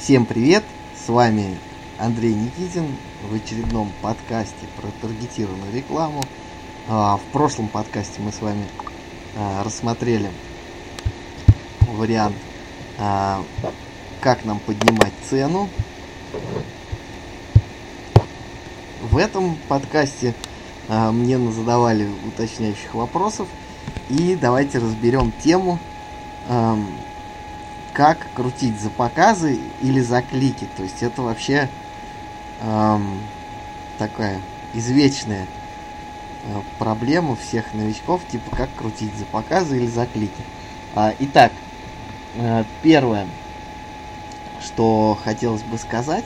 Всем привет! С вами Андрей Никитин в очередном подкасте про таргетированную рекламу. В прошлом подкасте мы с вами рассмотрели вариант, как нам поднимать цену. В этом подкасте мне задавали уточняющих вопросов, и давайте разберем тему, как крутить за показы или за клики. То есть это вообще такая извечная проблема всех новичков, типа как крутить за показы или за клики. Итак, первое, что хотелось бы сказать,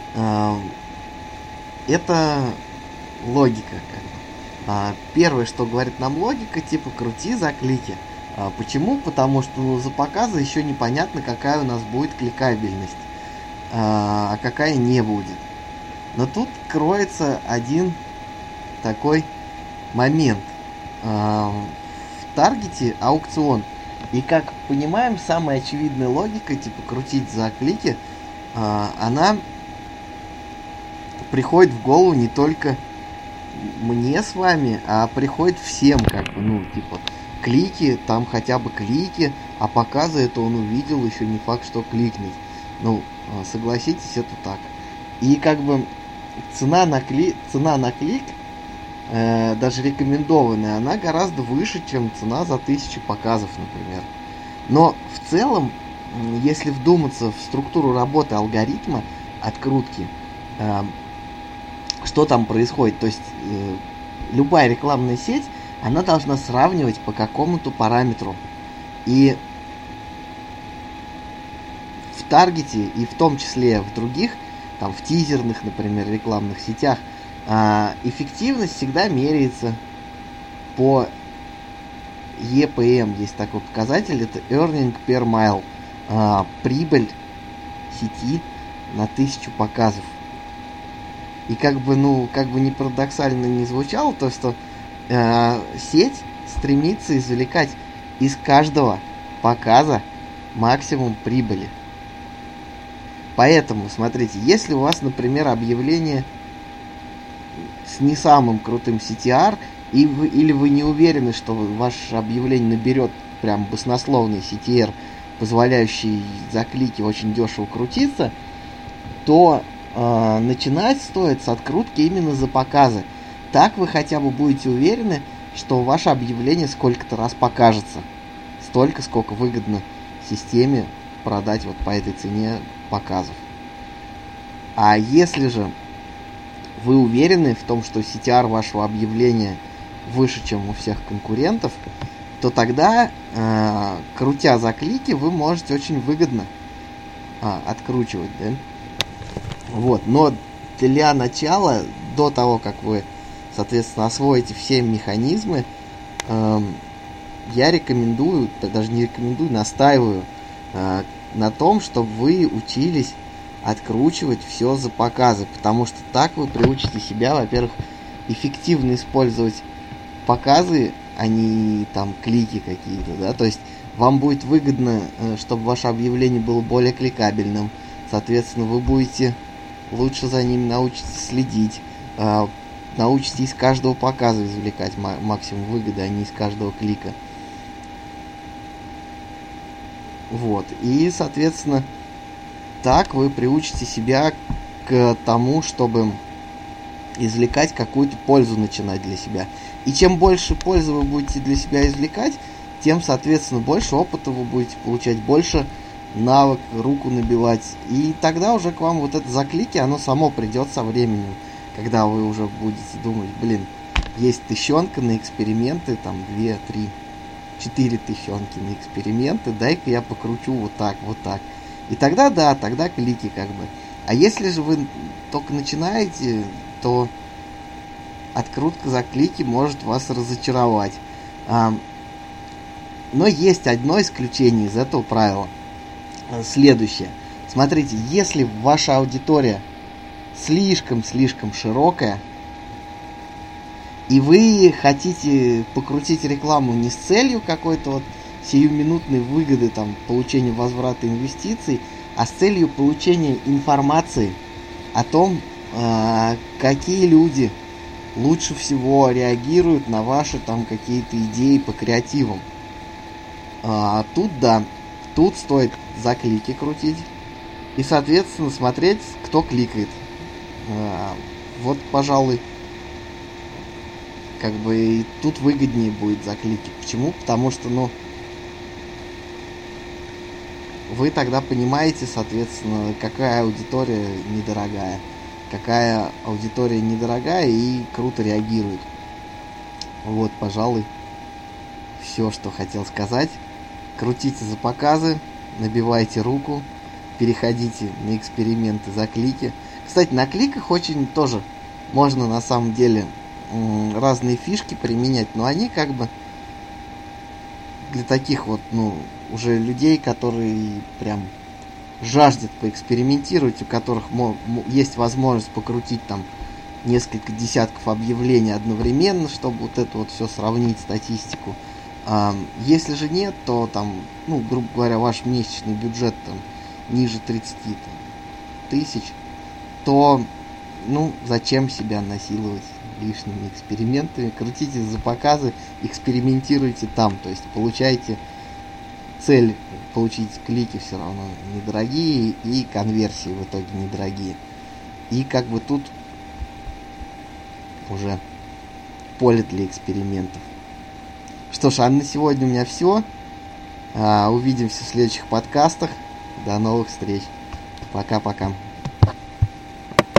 это логика. Первое, что говорит нам логика, типа крути за клики. Почему? Потому что за показы еще непонятно, какая у нас будет кликабельность, а какая не будет. Но тут кроется один такой момент. В таргете аукцион. И как понимаем, самая очевидная логика, типа крутить за клики, она приходит в голову не только мне с вами, а приходит всем, клики, там хотя бы клики, а показы это он увидел, еще не факт, что кликнет. Согласитесь, это так. И цена на клик, даже рекомендованная, она гораздо выше, чем цена за 1000 показов, например. Но в целом, если вдуматься в структуру работы алгоритма открутки, что там происходит? То есть любая рекламная сеть, она должна сравнивать по какому-то параметру. И в таргете, и в том числе в других, в тизерных, например, рекламных сетях, эффективность всегда меряется по EPM. Есть такой показатель, это Earning Per Mile, прибыль сети на 1000 показов. И не парадоксально не звучало, то что сеть стремится извлекать из каждого показа максимум прибыли. Поэтому, смотрите, если у вас, например, объявление с не самым крутым CTR, или вы не уверены, что ваше объявление наберет прям баснословный CTR, позволяющий за клики очень дешево крутиться, то начинать стоит с открутки именно за показы. Так вы хотя бы будете уверены, что ваше объявление сколько-то раз покажется. Столько, сколько выгодно системе продать по этой цене показов. А если же вы уверены в том, что CTR вашего объявления выше, чем у всех конкурентов, то тогда, крутя за клики, вы можете очень выгодно откручивать, да? Но для начала, до того, как вы, соответственно, освоите все механизмы, я рекомендую, даже не рекомендую, настаиваю на том, чтобы вы учились откручивать все за показы, потому что так вы приучите себя, во-первых, эффективно использовать показы, а не клики какие-то, да, то есть вам будет выгодно, чтобы ваше объявление было более кликабельным, соответственно, вы будете лучше за ним научитесь следить, научитесь из каждого показа извлекать максимум выгоды, а не из каждого клика. И, соответственно, так вы приучите себя к тому, чтобы извлекать какую-то пользу, начинать для себя. И чем больше пользы вы будете для себя извлекать, тем, соответственно, больше опыта вы будете получать, больше навык, руку набивать. И тогда уже к вам это за клики, оно само придет со временем. Когда вы уже будете думать, есть тыщенка на эксперименты, 2, 3, 4 тыщенки на эксперименты, дай-ка я покручу вот так. И тогда, да, тогда клики А если же вы только начинаете, то открутка за клики может вас разочаровать. Но есть одно исключение из этого правила. Следующее. Смотрите, если ваша аудитория слишком широкая, и вы хотите покрутить рекламу не с целью какой-то сиюминутной выгоды, получения возврата инвестиций, а с целью получения информации о том, какие люди лучше всего реагируют на ваши там какие-то идеи по креативам. Тут стоит за клики крутить и, соответственно, смотреть, кто кликает. Вот, пожалуй, как бы и тут выгоднее будет за клики. Почему? Потому что, вы тогда понимаете, соответственно, какая аудитория недорогая. Какая аудитория недорогая и круто реагирует. Вот, пожалуй, все, что хотел сказать. Крутите за показы, набивайте руку, переходите на эксперименты за клики. Кстати, на кликах очень тоже можно на самом деле разные фишки применять, но они как бы для таких вот, уже людей, которые прям жаждет поэкспериментировать, у которых есть возможность покрутить там несколько десятков объявлений одновременно, чтобы вот это вот все сравнить, статистику. Если же нет, то там, грубо говоря, ваш месячный бюджет там ниже 30 тысяч, то, зачем себя насиловать лишними экспериментами? Крутите за показы, экспериментируйте там, то есть получайте цель получить клики все равно недорогие, и конверсии в итоге недорогие. И как бы тут уже поле для экспериментов. Что ж, а на сегодня у меня все. Увидимся в следующих подкастах. До новых встреч. Пока-пока.